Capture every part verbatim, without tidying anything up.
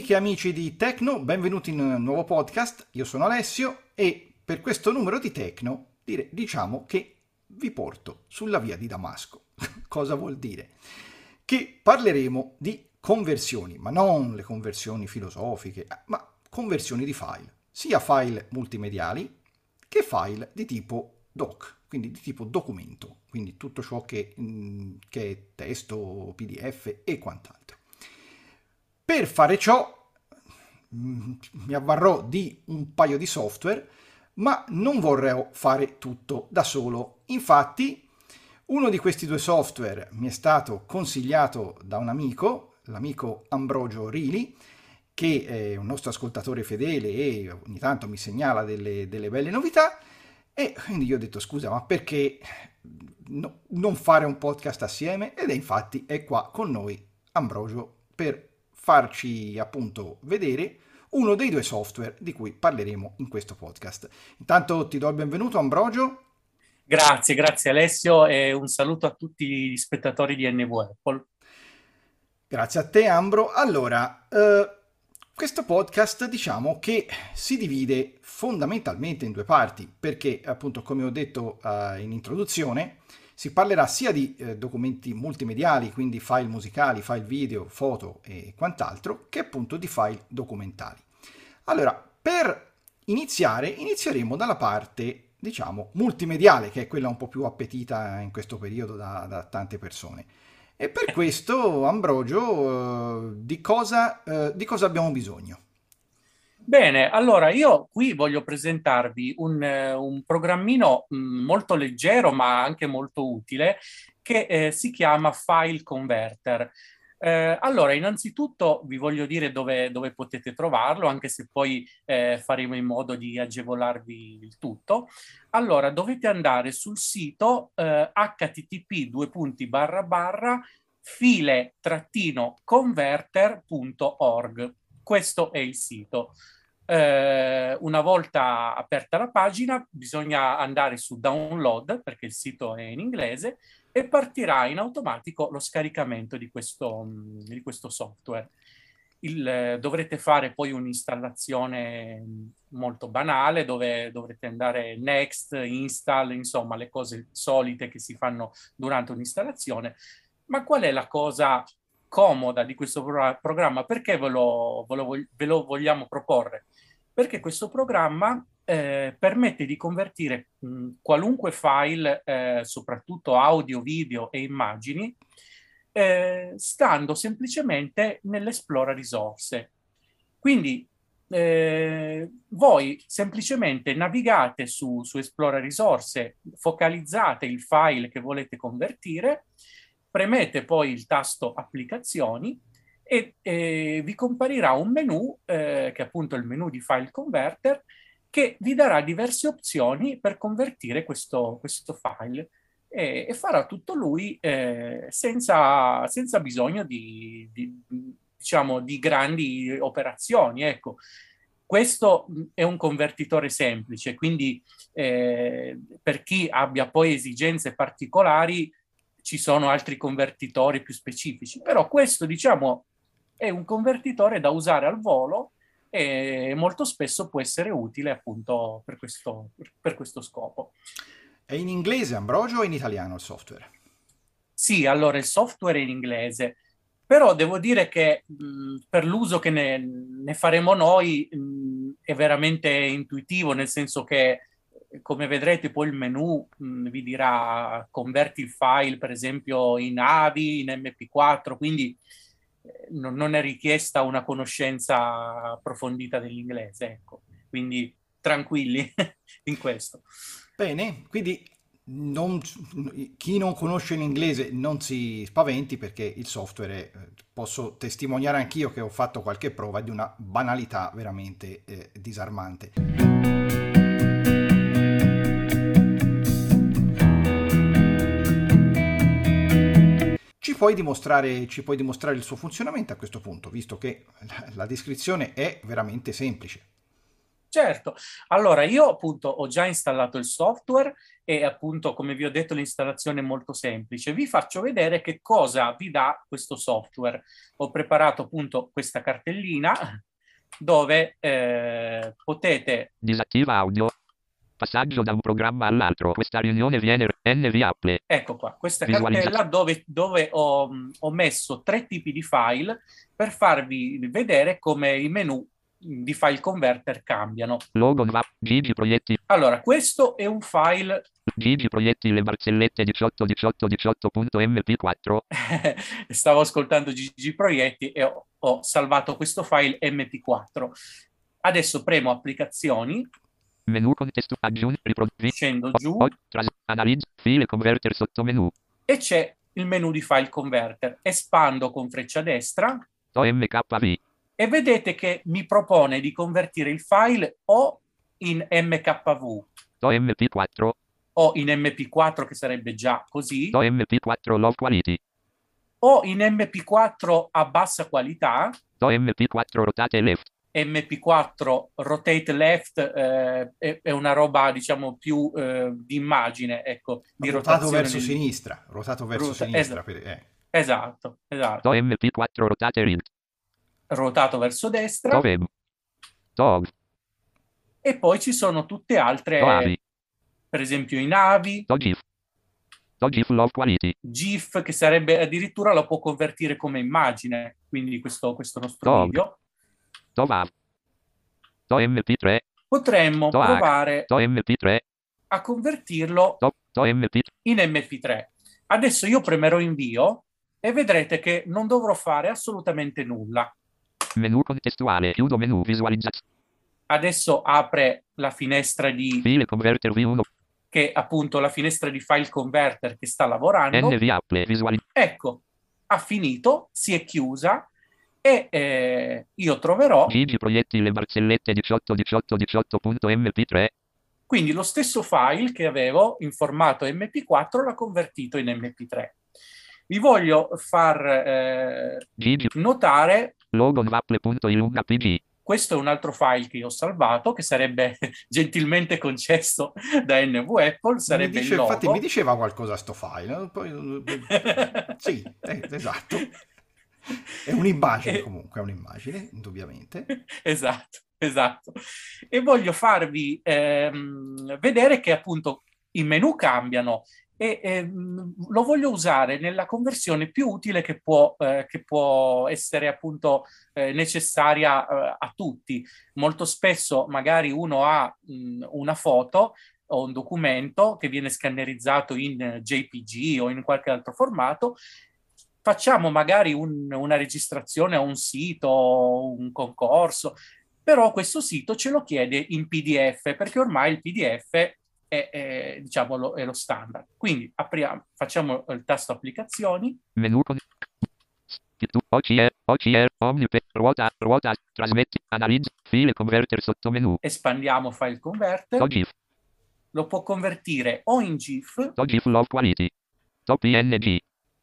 Amiche e amici di Tecno, benvenuti in un nuovo podcast. Io sono Alessio e per questo numero di Tecno dire, diciamo che vi porto sulla via di Damasco. Cosa vuol dire? Che parleremo di conversioni, ma non le conversioni filosofiche, ma conversioni di file, sia file multimediali che file di tipo doc, quindi di tipo documento, quindi tutto ciò che, mh, che è testo, P D F e quant'altro. Per fare ciò mh, mi avvarrò di un paio di software, ma non vorrei fare tutto da solo. Infatti, uno di questi due software mi è stato consigliato da un amico, l'amico Ambrogio Rili, che è un nostro ascoltatore fedele e ogni tanto mi segnala delle, delle belle novità, e quindi io ho detto scusa, ma perché no, non fare un podcast assieme? Ed è infatti è qua con noi Ambrogio per farci appunto vedere uno dei due software di cui parleremo in questo podcast. Intanto ti do il benvenuto Ambrogio. Grazie, grazie Alessio e un saluto a tutti gli spettatori di N W Apple. Grazie a te Ambro. Allora, eh, questo podcast diciamo che si divide fondamentalmente in due parti, perché appunto come ho detto eh, in introduzione, si parlerà sia di eh, documenti multimediali, quindi file musicali, file video, foto e quant'altro, che appunto di file documentali. Allora, per iniziare, inizieremo dalla parte, diciamo, multimediale, che è quella un po' più appetita in questo periodo da, da tante persone. E per questo, Ambrogio, eh, di cosa, eh, di cosa abbiamo bisogno? Bene, allora io qui voglio presentarvi un, eh, un programmino mh, molto leggero ma anche molto utile che eh, si chiama File Converter. Eh, allora, innanzitutto vi voglio dire dove, dove potete trovarlo, anche se poi eh, faremo in modo di agevolarvi il tutto. Allora, dovete andare sul sito eh, h t t p due punti barra barra file-converter punto org. Questo è il sito. Eh, una volta aperta la pagina, bisogna andare su download perché il sito è in inglese e partirà in automatico lo scaricamento di questo, di questo software. Il, eh, dovrete fare poi un'installazione molto banale dove dovrete andare next, install, insomma le cose solite che si fanno durante un'installazione. Ma qual è la cosa comoda di questo pro- programma? Perché ve lo, ve, lo, ve lo vogliamo proporre? Perché questo programma eh, permette di convertire mh, qualunque file, eh, soprattutto audio, video e immagini, eh, stando semplicemente nell'Esplora risorse. Quindi eh, voi semplicemente navigate su, su Esplora risorse, focalizzate il file che volete convertire, premete poi il tasto applicazioni e eh, vi comparirà un menu, eh, che è appunto il menu di File Converter, che vi darà diverse opzioni per convertire questo, questo file e, e farà tutto lui eh, senza, senza bisogno di, di, diciamo, di grandi operazioni. Ecco. Questo è un convertitore semplice, quindi eh, per chi abbia poi esigenze particolari ci sono altri convertitori più specifici, però questo diciamo è un convertitore da usare al volo e molto spesso può essere utile appunto per questo, per questo scopo. È in inglese Ambrogio o in italiano il software? Sì, allora il software è in inglese, però devo dire che mh, per l'uso che ne, ne faremo noi mh, è veramente intuitivo, nel senso che come vedrete poi il menu mh, vi dirà converti il file per esempio in A V I, in M P quattro, quindi eh, non, non è richiesta una conoscenza approfondita dell'inglese, ecco. Quindi tranquilli in questo. Bene, quindi non- chi non conosce l'inglese non si spaventi perché il software, è- posso testimoniare anch'io che ho fatto qualche prova di una banalità veramente eh, disarmante. Ci puoi dimostrare, ci puoi dimostrare il suo funzionamento a questo punto, visto che la, la descrizione è veramente semplice. Certo, allora io appunto ho già installato il software e appunto, come vi ho detto, l'installazione è molto semplice. Vi faccio vedere che cosa vi dà questo software. Ho preparato appunto questa cartellina dove eh, potete... Disattiva audio. Passaggio da un programma all'altro. Questa riunione viene N V Apple. Ecco qua, questa Visualizza- cartella dove, dove ho, ho messo tre tipi di file per farvi vedere come i menu di file converter cambiano. Logo N V A P. Gigi proietti. Allora, questo è un file... Gigi proietti le barzellette diciotto diciotto diciotto punto M P quattro. Stavo ascoltando Gigi Proietti e ho, ho salvato questo file M P quattro. Adesso premo applicazioni, Menu contesto aggiungi riproduci. scendo O- giù o- tras- analizza file converter sotto menu. e c'è il menu di file converter. Espando con freccia destra O M K V. e vedete che mi propone di convertire il file o in M K V O M P quattro. o in M P quattro, che sarebbe già così, O M P quattro low quality. o in M P quattro a bassa qualità, O M P quattro rotate left. M P quattro rotate left eh, è, è una roba diciamo più eh, di immagine, ecco, di Rotato rotazione verso nel- sinistra, rotato verso Ruota- sinistra. esatto. per- eh. Esatto, esatto. O M P quattro rotate right. Rotato verso destra O web. O e poi ci sono tutte altre, O avi. per esempio i navi, O GIF. O GIF low quality. GIF, che sarebbe addirittura lo può convertire come immagine, quindi questo, questo nostro Dog. video. O WAV. O M P tre. Potremmo O H. provare O M P tre. a convertirlo O O M P. in M P tre. Adesso io premerò invio e vedrete che non dovrò fare assolutamente nulla. Menu contestuale. Chiudo menu visualizzazione. Adesso apre la finestra di, File converter V uno. che è appunto la finestra di file converter che sta lavorando. N V Apple. Visualizzazione. Ecco, ha finito, si è chiusa e eh, io troverò Gigi proietti le barzellette diciotto diciotto diciotto punto M P tre. quindi lo stesso file che avevo in formato M P quattro l'ha convertito in M P tre. Vi voglio far eh, Gigi. notare, Logo nvaple.ilunga pg. questo è un altro file che io ho salvato, che sarebbe gentilmente concesso da N V Apple, Mi sarebbe dice- il logo. infatti mi diceva qualcosa sto file. eh, Poi, sì, eh, esatto. È un'immagine E- comunque, è un'immagine, indubbiamente. Esatto, esatto. E voglio farvi ehm, vedere che appunto i menu cambiano e ehm, lo voglio usare nella conversione più utile che può, eh, che può essere appunto eh, necessaria eh, a tutti. Molto spesso magari uno ha mh, una foto o un documento che viene scannerizzato in J P G o in qualche altro formato. Facciamo magari un- una registrazione a un sito, un concorso, però questo sito ce lo chiede in P D F, perché ormai il P D F è, è, diciamo, lo, è lo standard. Quindi apriamo, facciamo il tasto applicazioni, Menu con O C R, O C R, Omnipe, ruota, ruota, trasmetti, analizza, file converter sotto menu. espandiamo file converter, O GIF, lo può convertire o in GIF, O GIF low quality. O P N G,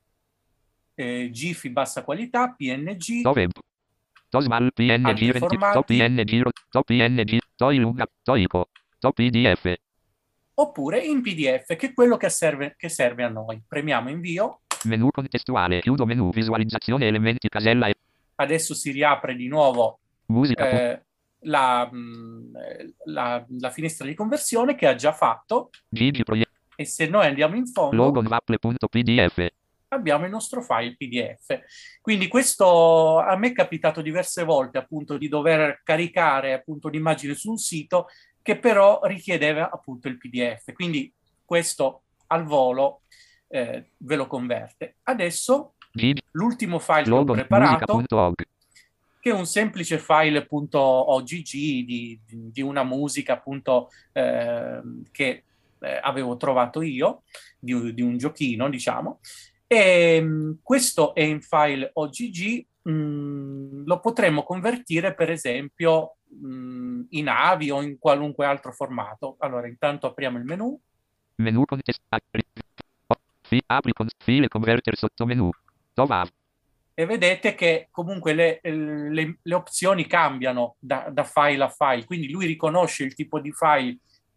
eh, GIF in bassa qualità, P N G, O web. O small P N G Altri venti, formati. O P N G, ro- O P N G, O ilunga, O ICO, O P D F. oppure in P D F, che è quello che serve, che serve a noi. Premiamo invio. Menu contestuale, chiudo menu, visualizzazione elementi casella e Adesso si riapre di nuovo musica. pu- eh, la, mh, la- la finestra di conversione che ha già fatto, Gigi proietti, e se noi andiamo in fondo logo nvaple.pdf. abbiamo il nostro file P D F. Quindi questo a me è capitato diverse volte appunto di dover caricare appunto l'immagine su un sito che però richiedeva appunto il P D F. Quindi questo al volo eh, ve lo converte. Adesso Gigi, l'ultimo file che ho logo preparato, musica.org. che è un semplice file appunto O G G di, di- di una musica appunto eh, che eh, avevo trovato io, di, di un giochino diciamo, e mh, questo è in file O G G, mh, lo potremmo convertire per esempio mh, in AVI o in qualunque altro formato. Allora intanto apriamo il menu, Menu contest, apri, o- fi- apri con file converter sotto menu. O V A V. e vedete che comunque le, le- le opzioni cambiano da, da file a file, quindi lui riconosce il tipo di file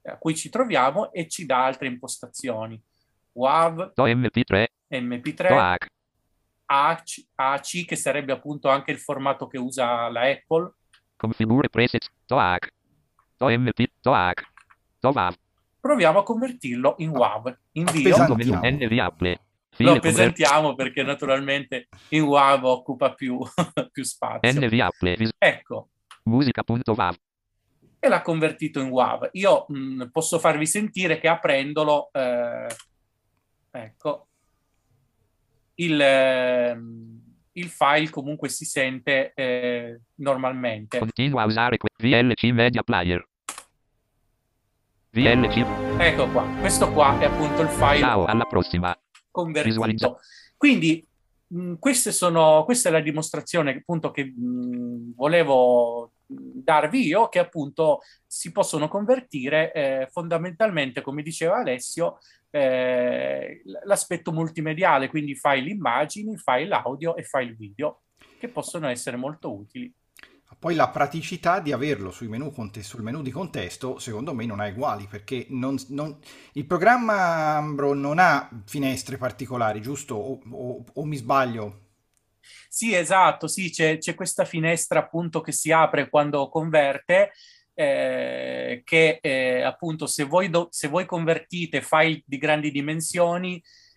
a cui ci troviamo e ci dà altre impostazioni. W A V, Do M P tre, M P Do tre, A C, A C, A C, che sarebbe appunto anche il formato che usa la Apple. Configure presets, Do A C, Do M P, Do A C, Do W A V. Proviamo a convertirlo in W A V. Invio. Appesantiamo. Secondo menu N Viable. Lo File convert- appesanttiamo perché naturalmente in W A V occupa più, più spazio. N Viable. Vis- Ecco, Musica.wav. e l'ha convertito in W A V. Io mh, posso farvi sentire che aprendolo, eh, ecco, il, ehm, il file comunque si sente eh, normalmente. Continua a usare que- V L C Media Player. V L C. Ecco qua, questo qua è appunto il file Ciao, alla prossima. convertito. Visualizza- Quindi mh, queste sono, questa è la dimostrazione appunto che mh, volevo darvi io, che appunto si possono convertire eh, fondamentalmente, come diceva Alessio, eh, l'aspetto multimediale, quindi file immagini, file audio e file video, che possono essere molto utili. Poi la praticità di averlo sui menu conte- sul menu di contesto, secondo me, non ha uguali, perché non- non- il programma Ambro non ha finestre particolari, giusto? O, o- o mi sbaglio? Sì, esatto, sì, c'è, c'è questa finestra appunto che si apre quando converte, eh, che eh, appunto se voi, do- se voi convertite file di grandi dimensioni,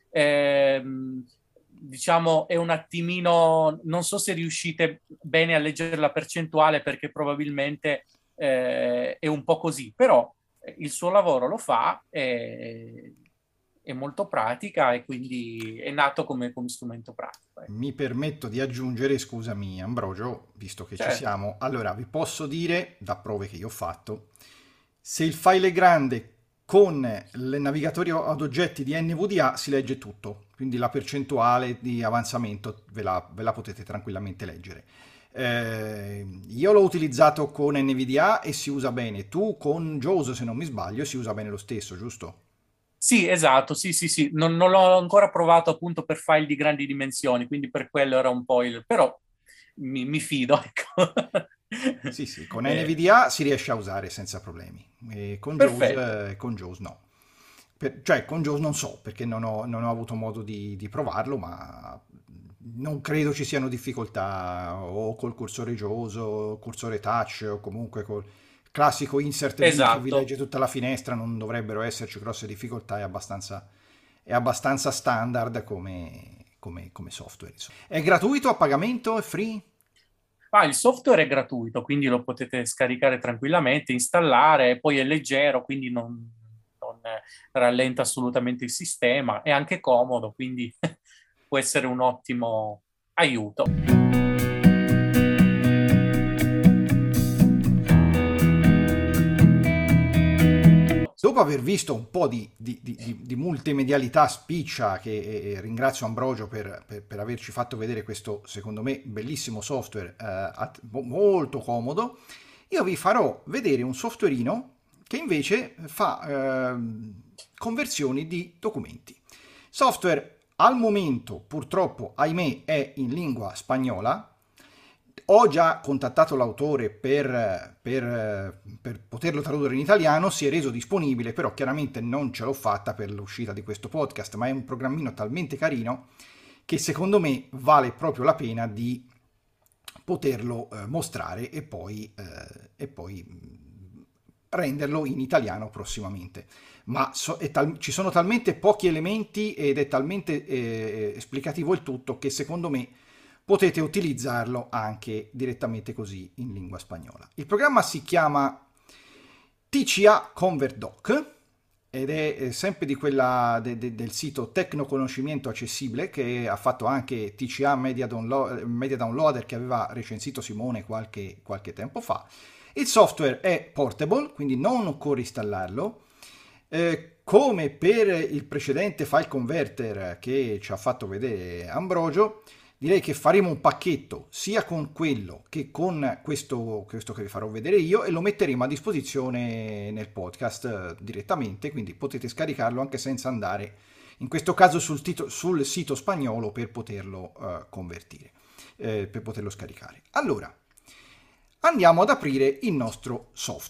ehm, diciamo è un attimino, non so se riuscite bene a leggere la percentuale perché probabilmente eh, è un po' così, però eh, il suo lavoro lo fa, e è molto pratica e quindi è nato come, come strumento pratico. ecco. Mi permetto di aggiungere, scusami Ambrogio, visto che Certo. ci siamo. Allora, vi posso dire, da prove che io ho fatto, se il file è grande con il navigatore ad oggetti di N V D A si legge tutto, quindi la percentuale di avanzamento ve la, ve la potete tranquillamente leggere. Eh, io l'ho utilizzato con N V D A e si usa bene. Tu con JAWS, se non mi sbaglio, si usa bene lo stesso, giusto? Sì, esatto, sì, sì, sì. Non, non l'ho ancora provato appunto per file di grandi dimensioni, quindi per quello era un po' il... però mi, mi fido, ecco. Sì, sì, con Eh, N V D A si riesce a usare senza problemi, e con JAWS, Perfetto. eh, con JAWS no. Per- cioè con JAWS non so, perché non ho, non ho avuto modo di, di provarlo, ma non credo ci siano difficoltà o col cursore JAWS o cursore touch o comunque col classico insert link che vi Esatto. legge tutta la finestra, non dovrebbero esserci grosse difficoltà, è abbastanza, è abbastanza standard come, come, come software. insomma. È gratuito a pagamento? È free? Ah, il software è gratuito, quindi lo potete scaricare tranquillamente, installare, poi è leggero, quindi non, non eh, rallenta assolutamente il sistema, è anche comodo, quindi può essere un ottimo aiuto. Dopo aver visto un po' di, di- di- di- di multimedialità spiccia, che e- e ringrazio Ambrogio per, per- per averci fatto vedere questo, secondo me, bellissimo software, eh, at- mo- molto comodo, io vi farò vedere un softwareino che invece fa ehm, conversioni di documenti. Software al momento, purtroppo, ahimè, è in lingua spagnola. Ho già contattato l'autore per, per, per poterlo tradurre in italiano, si è reso disponibile, però chiaramente non ce l'ho fatta per l'uscita di questo podcast, ma è un programmino talmente carino che secondo me vale proprio la pena di poterlo eh, mostrare e poi, eh, e poi mh, renderlo in italiano prossimamente. Ma so- è tal- ci sono talmente pochi elementi ed è talmente eh, esplicativo il tutto che secondo me potete utilizzarlo anche direttamente così in lingua spagnola. Il programma si chiama T C A ConvertDoc ed è eh, sempre di quella de- de- del sito Tecnoconoscimento Accessibile, che ha fatto anche T C A Media, Downlo- Media Downloader, che aveva recensito Simone qualche, qualche tempo fa. Il software è portable, quindi non occorre installarlo. Eh, come per il precedente file converter che ci ha fatto vedere Ambrogio, direi che faremo un pacchetto sia con quello che con questo, questo che vi farò vedere io, e lo metteremo a disposizione nel podcast eh, direttamente, quindi potete scaricarlo anche senza andare, in questo caso, sul, tito- sul sito spagnolo per poterlo eh, convertire, eh, per poterlo scaricare. Allora, andiamo ad aprire il nostro software.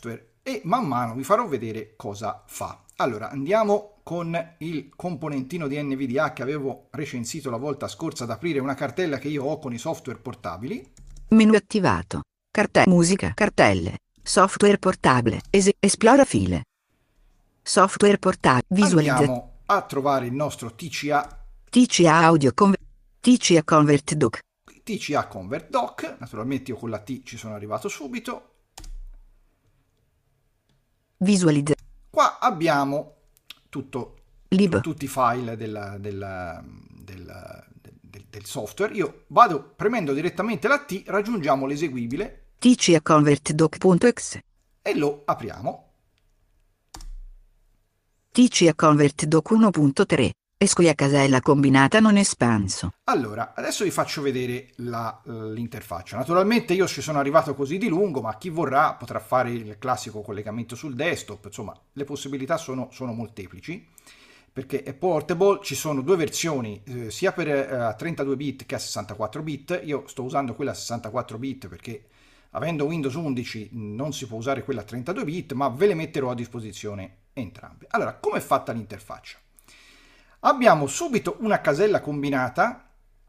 e man mano vi farò vedere cosa fa. Allora, andiamo con il componentino di N V D A che avevo recensito la volta scorsa, ad aprire una cartella che io ho con i software portabili. Menu attivato. Cartella musica, cartelle, software portabile, es- esplora file. Software portabile, visualizza. Andiamo a trovare il nostro T C A, T C A audio conver- T C A convert doc. T C A Convert Doc, naturalmente io con la T ci sono arrivato subito. Visualizza. Qua abbiamo tutto, Lib. tu- tutti i file del, del, del, del- del software. Io vado premendo direttamente la T, raggiungiamo l'eseguibile T C A convert doc.exe. e lo apriamo. T C A convert doc uno punto tre. Escogli a casella combinata non espanso. Allora, adesso vi faccio vedere la- l'interfaccia. Naturalmente io ci sono arrivato così di lungo, ma chi vorrà potrà fare il classico collegamento sul desktop. Insomma, le possibilità sono, sono molteplici, perché è portable. Ci sono due versioni, eh, sia per eh, trentadue bit che a sessantaquattro bit. Io sto usando quella a sessantaquattro bit perché avendo Windows undici non si può usare quella a trentadue bit, ma ve le metterò a disposizione entrambe. Allora, come è fatta l'interfaccia? Abbiamo subito una casella combinata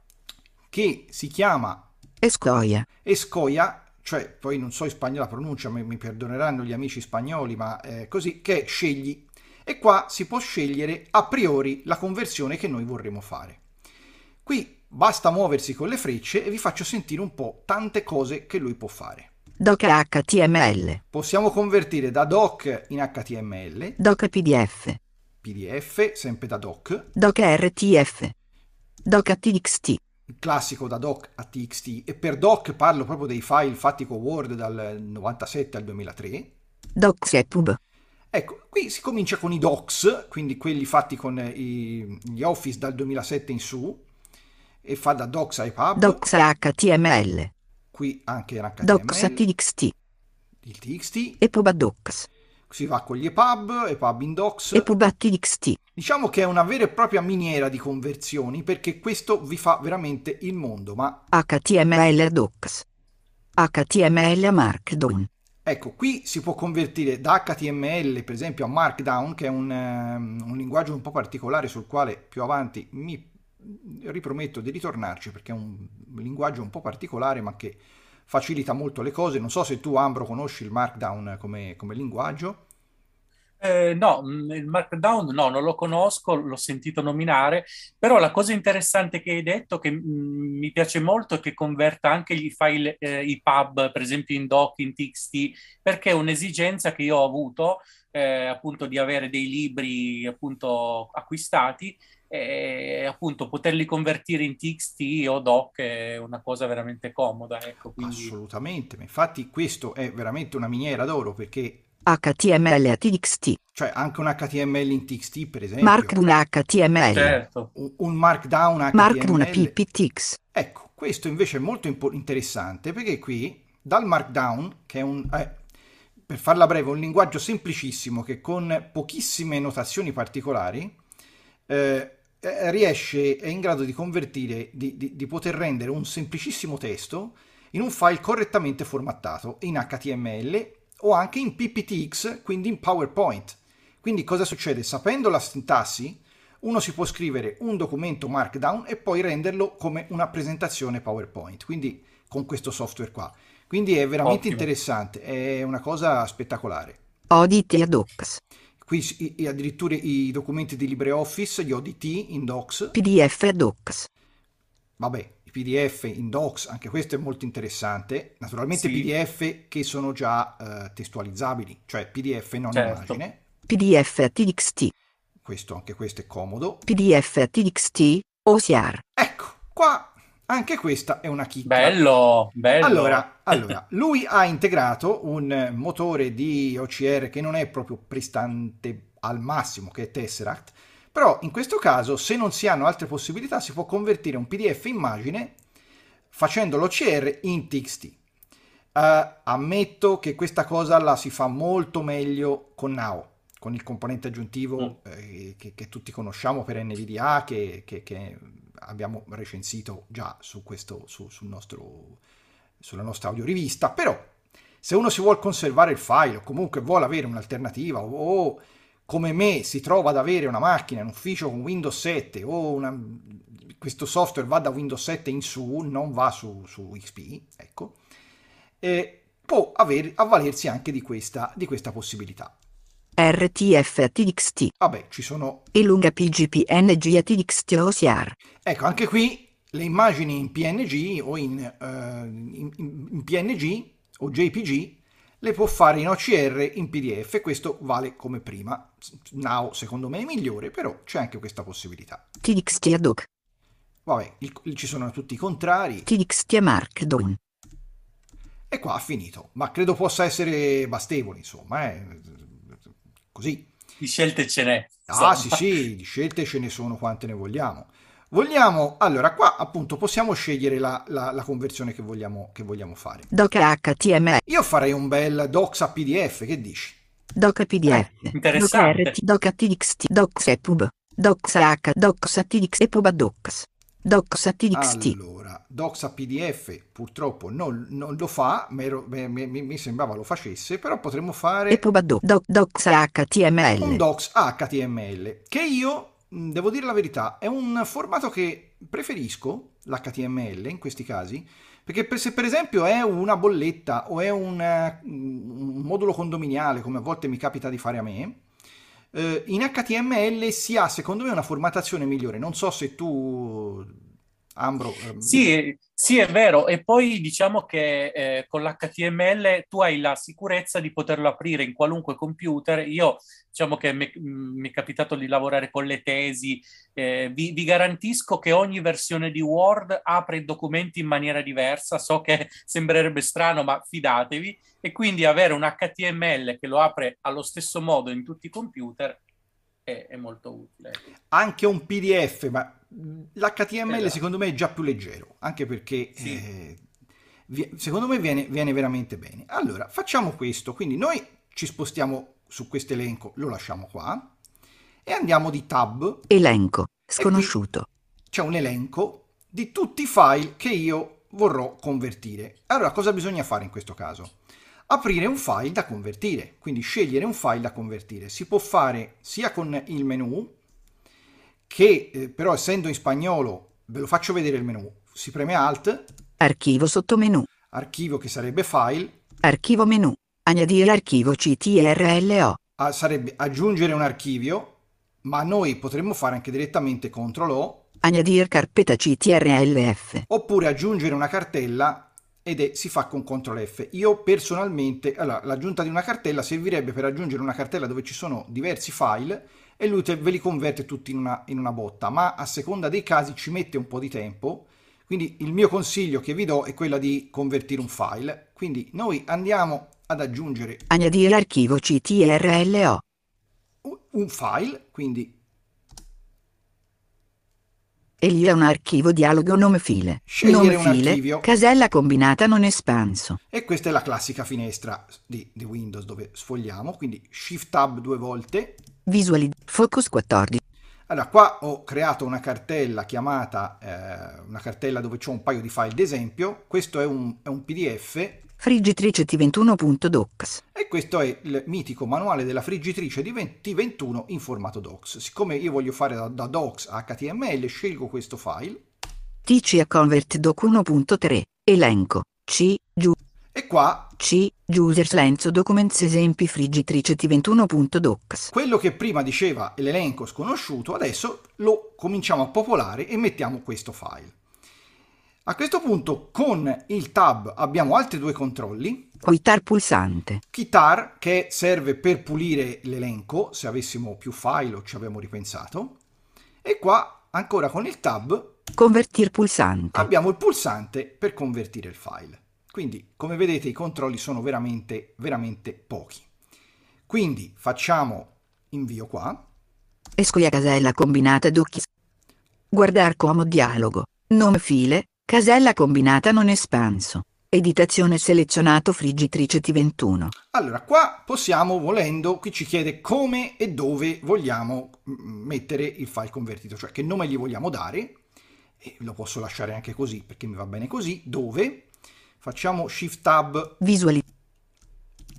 che si chiama Escoia. Escoia, cioè poi non so in spagnolo la pronuncia, mi, mi perdoneranno gli amici spagnoli, ma è così, che è scegli. E qua si può scegliere a priori la conversione che noi vorremmo fare. Qui basta muoversi con le frecce e vi faccio sentire un po' tante cose che lui può fare. Doc H T M L. Possiamo convertire da doc in H T M L, Doc P D F. P D F, sempre da doc, Doc R T F. Doc T X T. il classico da doc a T X T, e per doc parlo proprio dei file fatti con Word dal novantasette al duemilatré. Doc S E P U B. Ecco, qui si comincia con i docs, quindi quelli fatti con i, gli Office dal duemilasette in su, e fa da docs a E P U B. Docs H T M L. Qui anche l'H T M L, Docs a T X T. il T X T, E P U B a Docs. si va con gli E P U B, E P U B in docs. E P U B a T X T. Diciamo che è una vera e propria miniera di conversioni, perché questo vi fa veramente il mondo, ma H T M L a Docs. H T M L a Markdown. ecco, qui si può convertire da H T M L per esempio a Markdown, che è un, um, un linguaggio un po' particolare sul quale più avanti mi riprometto di ritornarci, perché è un linguaggio un po' particolare ma che facilita molto le cose. Non so se tu, Ambro, conosci il Markdown come, come linguaggio. Eh, no, mh, il Markdown no, non lo conosco, l'ho sentito nominare, però la cosa interessante che hai detto, che mh, mi piace molto, è che converta anche gli file eh, I P U B, per esempio in doc, in T X T, perché è un'esigenza che io ho avuto, eh, appunto, di avere dei libri appunto acquistati, e appunto poterli convertire in T X T o doc è una cosa veramente comoda, ecco, quindi... Assolutamente, ma infatti questo è veramente una miniera d'oro, perché H T M L a T X T. cioè anche un H T M L in T X T per esempio, Markdown H T M L. Certo. un, un Markdown H T M L. Markdown P P T X. Ecco, questo invece è molto impo- interessante, perché qui dal Markdown, che è un, eh, per farla breve, un linguaggio semplicissimo che con pochissime notazioni particolari eh, eh, riesce, è in grado di convertire, di, di, di poter rendere un semplicissimo testo in un file correttamente formattato in H T M L o anche in P P T X, quindi in PowerPoint. Quindi cosa succede? Sapendo la sintassi, uno si può scrivere un documento Markdown e poi renderlo come una presentazione PowerPoint, quindi con questo software qua. Quindi è veramente Ottimo. interessante, è una cosa spettacolare. O D T a Docs. Qui i- i- addirittura i documenti di LibreOffice, gli O D T in Docs, P D F a Docs. vabbè, i P D F in Docs, anche questo è molto interessante. Naturalmente Sì. P D F che sono già eh, testualizzabili, cioè P D F non Certo. immagine. P D F a T X T. Questo, anche questo è comodo. P D F a T X T. O C R. Ecco, qua anche questa è una chicca. Bello, bello. Allora, allora, lui ha integrato un motore di O C R che non è proprio prestante al massimo, che è Tesseract, però in questo caso, se non si hanno altre possibilità, si può convertire un P D F immagine facendo l'O C R in T X T. Uh, ammetto che questa cosa la si fa molto meglio con Now, con il componente aggiuntivo Mm. eh, che, che tutti conosciamo per N V D A, che, che- che abbiamo recensito già su questo, su- sul nostro, sulla nostra audiorivista. Però se uno si vuole conservare il file o comunque vuole avere un'alternativa o, o come me si trova ad avere una macchina in ufficio con Windows sette o una, questo software va da Windows sette in su, non va su, su X P, ecco, eh, può aver, avvalersi anche di questa, di questa possibilità. R T F A T X T. Vabbè, ci sono... E lunga P G P N G A T X T O C R. Ecco, anche qui le immagini in P N G o in, uh, in, in P N G o J P G le può fare in O C R, in P D F, questo vale come prima. Now secondo me è migliore, però c'è anche questa possibilità. T X T a doc. Vabbè, il, ci sono tutti i contrari. T X T a markdown. E qua ha finito, ma credo possa essere bastevole, insomma, eh. Così. Di scelte ce n'è. Ah, sì, sì, di scelte ce ne sono quante ne vogliamo. Vogliamo, allora qua appunto possiamo scegliere la, la, la conversione che vogliamo, che vogliamo fare. Doc H T M L. Io farei un bel docs a P D F, che dici? Doc a P D F. Eh, interessante. Doc R T, Doc a T X T, Docs e Pub. Docs H, Docs a T X e Pub a Docs. Docs a T X T. Allora, docs a P D F purtroppo non, non lo fa, mi, mi, mi sembrava lo facesse, però potremmo fare E Pub a doc, doc, Docs H T M L. un docs H T M L, che io, devo dire la verità, è un formato che preferisco, l'H T M L in questi casi, perché se per esempio è una bolletta o è un, un modulo condominiale, come a volte mi capita di fare a me, eh, in H T M L si ha secondo me una formattazione migliore. Non so se tu, Ambro... Ehm... Sì, sì, è vero. E poi diciamo che eh, con l'H T M L tu hai la sicurezza di poterlo aprire in qualunque computer. Io, diciamo che mi, mi è capitato di lavorare con le tesi, eh, vi, vi garantisco che ogni versione di Word apre i documenti in maniera diversa. So che sembrerebbe strano, ma fidatevi. E quindi avere un H T M L che lo apre allo stesso modo in tutti i computer è, è molto utile. Anche un P D F, ma l'H T M L esatto. Secondo me è già più leggero, anche perché sì. eh, secondo me viene, viene veramente bene. Allora, facciamo questo, quindi noi ci spostiamo su questo elenco, lo lasciamo qua, e andiamo di tab. Elenco, sconosciuto. C'è un elenco di tutti i file che io vorrò convertire. Allora, cosa bisogna fare in questo caso? Aprire un file da convertire, quindi scegliere un file da convertire. Si può fare sia con il menu, che eh, però essendo in spagnolo, ve lo faccio vedere il menu, si preme Alt, archivo sottomenu, archivio che sarebbe file, archivo menu, añadir archivo C T R L O, ah, sarebbe aggiungere un archivio, ma noi potremmo fare anche direttamente control O, añadir carpeta C T R L F, oppure aggiungere una cartella ed è, si fa con control F. Io personalmente, allora, l'aggiunta di una cartella servirebbe per aggiungere una cartella dove ci sono diversi file e lui te, ve li converte tutti in una, in una botta, ma a seconda dei casi ci mette un po' di tempo, quindi il mio consiglio che vi do è quello di convertire un file. Quindi noi andiamo ad aggiungere añadir archivo C T R L O, un file, quindi egli è un archivo dialogo nome file, scegliere nome un file, archivio, casella combinata non espanso. E questa è la classica finestra di, di Windows dove sfogliamo, quindi Shift Tab due volte. Visualizz Focus quattordici. Allora, qua ho creato una cartella chiamata, eh, una cartella dove c'ho un paio di file d'esempio. Questo è un, è un P D F. Friggitrice T ventuno punto docs. E questo è il mitico manuale della friggitrice di T ventuno in formato docs. Siccome io voglio fare da, da docs a H T M L, scelgo questo file. T C A Convert Doc uno punto tre. Elenco. C. Giù. E qua C. Users Lenzo Documents Esempi Friggitrice T ventuno punto docs. Quello che prima diceva l'elenco sconosciuto, adesso lo cominciamo a popolare e mettiamo questo file. A questo punto con il tab abbiamo altri due controlli. Quitar pulsante. Quitar, che serve per pulire l'elenco, se avessimo più file o ci abbiamo ripensato. E qua ancora con il tab Convertir pulsante. abbiamo il pulsante per convertire il file. Quindi, come vedete, i controlli sono veramente, veramente pochi. Quindi facciamo invio qua. Escoglia casella combinata doc. Guardar como dialogo. Nome file. Casella combinata non espanso. Editazione selezionato friggitrice T ventuno. Allora, qua possiamo, volendo, qui ci chiede come e dove vogliamo mettere il file convertito, cioè che nome gli vogliamo dare, e lo posso lasciare anche così perché mi va bene così, dove, facciamo Shift Tab, Visuali.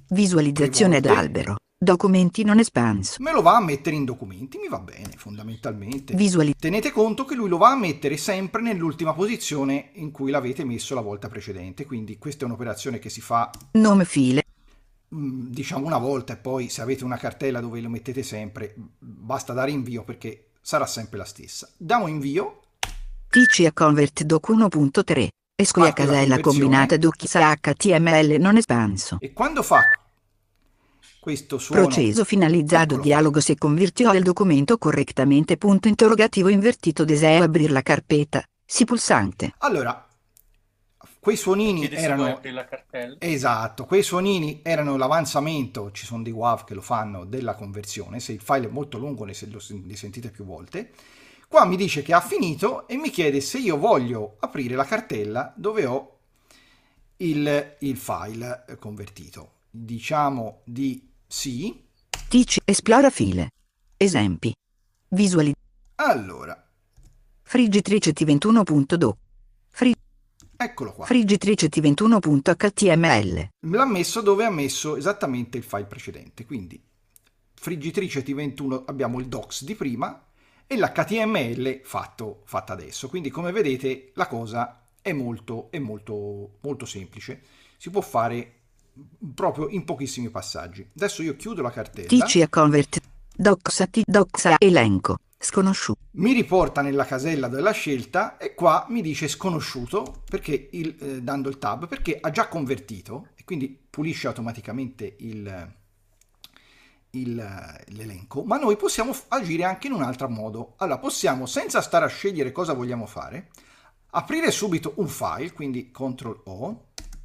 Visualizzazione Tre volte. d'albero. Documenti non espanso. Me lo va a mettere in documenti, mi va bene, fondamentalmente. Visuali- Tenete conto che lui lo va a mettere sempre nell'ultima posizione in cui l'avete messo la volta precedente, quindi questa è un'operazione che si fa, Nome file. mh, diciamo, una volta, e poi se avete una cartella dove lo mettete sempre, basta dare invio perché sarà sempre la stessa. Diamo invio. T C A Convert Doc uno punto tre. Esclude Parte la casella conversione. combinata Docx H T M L non espanso. E quando fa questo suono, Proceso finalizzato eccolo qua. dialogo se convirtiò il documento correttamente. Punto interrogativo invertito. Desea aprire la carpeta. Si pulsante. Allora, quei suonini Chiede se vuoi erano... aprire la cartella. Esatto, quei suonini erano l'avanzamento, ci sono dei W A V che lo fanno, della conversione. Se il file è molto lungo ne, se- lo sen- ne sentite più volte. Qua mi dice che ha finito e mi chiede se io voglio aprire la cartella dove ho il, il file eh, convertito. Diciamo di sì. T C esplora file. Esempi. Visuali. Allora, Friggitrice T ventuno punto doc. Fri- eccolo qua. friggitrice T ventuno punto H T M L. Me l'ha messo dove ha messo esattamente il file precedente. Quindi friggitrice T ventuno abbiamo il docs di prima e l'H T M L fatto, fatta adesso. Quindi come vedete la cosa è molto, è molto, molto semplice. Si può fare proprio in pochissimi passaggi. Adesso io chiudo la cartella. T C A Convert. Docs a T Docs a elenco. Sconosciuto. Mi riporta nella casella della scelta e qua mi dice sconosciuto perché il, eh, dando il tab perché ha già convertito e quindi pulisce automaticamente il, il, l'elenco, ma noi possiamo f- agire anche in un altro modo. Allora possiamo, senza stare a scegliere cosa vogliamo fare, aprire subito un file, quindi control O.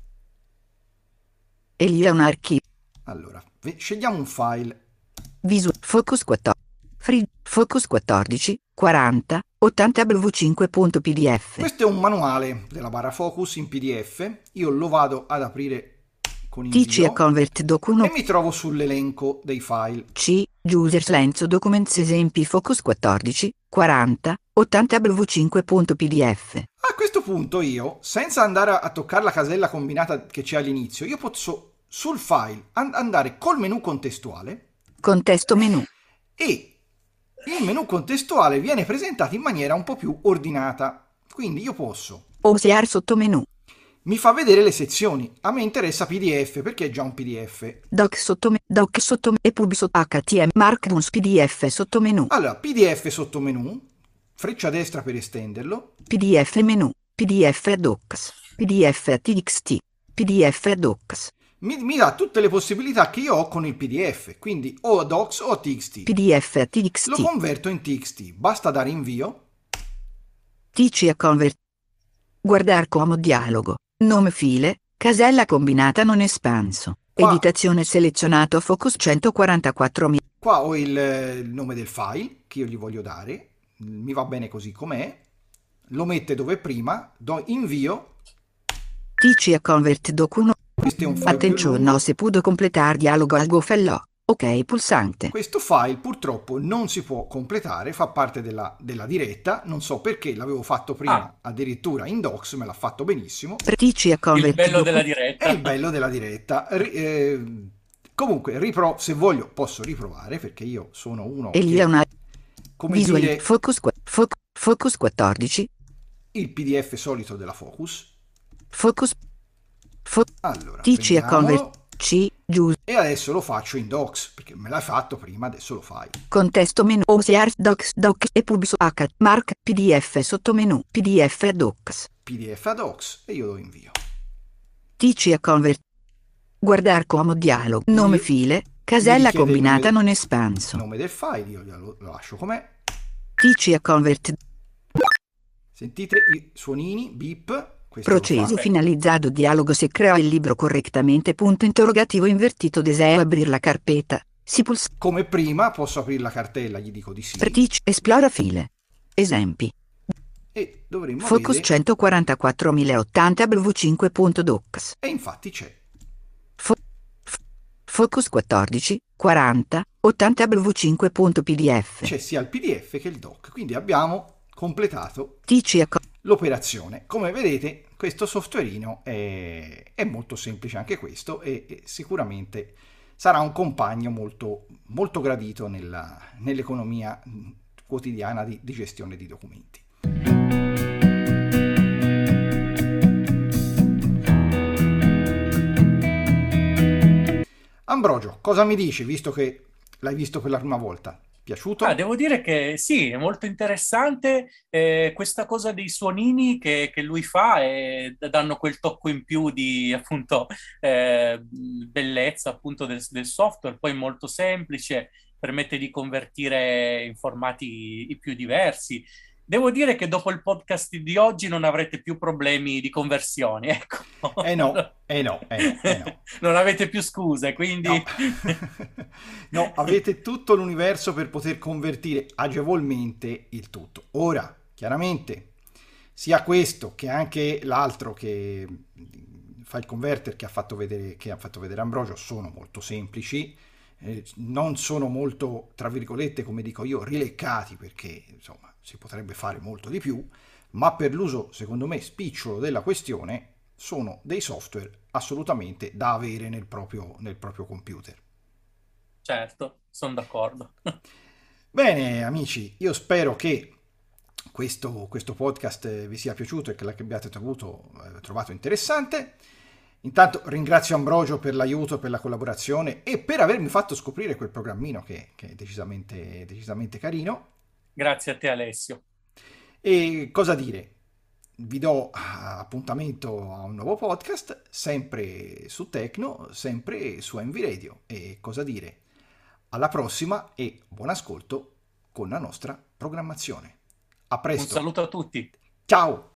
Egli è un archivio. Allora ve- scegliamo un file. Visual Focus quattordici. Free Focus quattordici, quaranta, ottanta W cinque punto P D F. Questo è un manuale della barra Focus in P D F. Io lo vado ad aprire con T C A invio Convert Doc uno. e mi trovo sull'elenco dei file. C. Users Lenzo Documents Esempi Focus quattordici, quaranta, ottanta W cinque punto P D F. A questo punto io, senza andare a toccare la casella combinata che c'è all'inizio, io posso sul file an- andare col menu contestuale Contesto menu. e il menu contestuale viene presentato in maniera un po' più ordinata. Quindi io posso, O S R sottomenu. mi fa vedere le sezioni. A me interessa P D F perché è già un P D F. Doc sottomenu. Doc sottomenu. E pub sotto H T M. Markdowns P D F sottomenu. Allora, P D F sottomenu, freccia destra per estenderlo. P D F menu. P D F a Docs. P D F a T X T. P D F a Docs. Mi, mi dà tutte le possibilità che io ho con il P D F, quindi o a docs o a T X T. P D F a T X Lo T. converto in T X T, basta dare invio. T C A Convert. Guardar como dialogo. Nome file. Casella combinata non espanso. Qua. Editazione selezionato Focus centoquarantaquattro. Qua ho il, il nome del file che io gli voglio dare, mi va bene così com'è, lo mette dove prima, do invio. T C A Convert Doc uno. Questo è un file più Attenzione, lungo. no se pudo completar dialogo algo fellò. Ok, pulsante. Questo file purtroppo non si può completare, fa parte della, della diretta, non so perché, l'avevo fatto prima Ah. addirittura in docs, me l'ha fatto benissimo. Per T C A Il Convert bello Doc- della È diretta. il bello della diretta. Ri- eh, comunque, ripro- se voglio posso riprovare perché io sono uno E lì che, è una come visual dire, Focus qua- Foc- Focus quattordici. il P D F solito della Focus. Focus Fo- Allora, T C A Convert prendiamolo. C. Giusto. E adesso lo faccio in docs, perché me l'hai fatto prima, adesso lo fai. Contesto menu O S R Docs Doc e pub su H Mark P D F sottomenu P D F a Docs. P D F a docs e io lo invio. T C A Convert. Guardar como dialogo. Nome Io- file. Casella mi richiede il combinata nome- non espanso. Nome del file, io lo, lo lascio com'è. T C A Convert. Sentite i suonini, beep. Questo lo Proceso fa. finalizzato dialogo se creò il libro correttamente. Punto interrogativo invertito. Desea aprire la carpeta. Si pulsa. Come prima posso aprire la cartella, gli dico di sì. Per T C esplora file. Esempi. E dovremmo Focus avere... centoquarantaquattromilaottanta W cinque punto docs. E infatti c'è. Fo- f- Focus quattordici, quaranta, ottanta W cinque punto P D F. C'è sia il P D F che il doc. Quindi abbiamo completato. T C A Co- l'operazione. Come vedete, questo softwareino è, è molto semplice anche questo e, e sicuramente sarà un compagno molto, molto gradito nella, nell'economia quotidiana di, di gestione di documenti. Ambrogio, cosa mi dici, visto che l'hai visto per la prima volta? Piaciuto? Ah, devo dire che sì, è molto interessante eh, questa cosa dei suonini che, che lui fa e danno quel tocco in più di appunto eh, bellezza appunto del, del software, poi molto semplice, permette di convertire in formati i più diversi. Devo dire che dopo il podcast di oggi non avrete più problemi di conversioni, ecco. Eh no, eh no, eh no, eh no. Non avete più scuse, quindi... No. No, avete tutto l'universo per poter convertire agevolmente il tutto. Ora, chiaramente, sia questo che anche l'altro che fa il converter che ha fatto vedere, che ha fatto vedere Ambrogio sono molto semplici. Eh, non sono molto, tra virgolette, come dico io, rileccati, perché insomma si potrebbe fare molto di più, ma per l'uso, secondo me, spicciolo della questione, sono dei software assolutamente da avere nel proprio, nel proprio computer. Certo, sono d'accordo. Bene, amici, io spero che questo, questo podcast vi sia piaciuto e che l'abbiate trovato, eh, trovato interessante. Intanto ringrazio Ambrogio per l'aiuto, per la collaborazione e per avermi fatto scoprire quel programmino che, che è decisamente, decisamente carino. Grazie a te, Alessio. E cosa dire? Vi do appuntamento a un nuovo podcast, sempre su Tecno, sempre su Envy Radio. E cosa dire? Alla prossima e buon ascolto con la nostra programmazione. A presto. Un saluto a tutti. Ciao!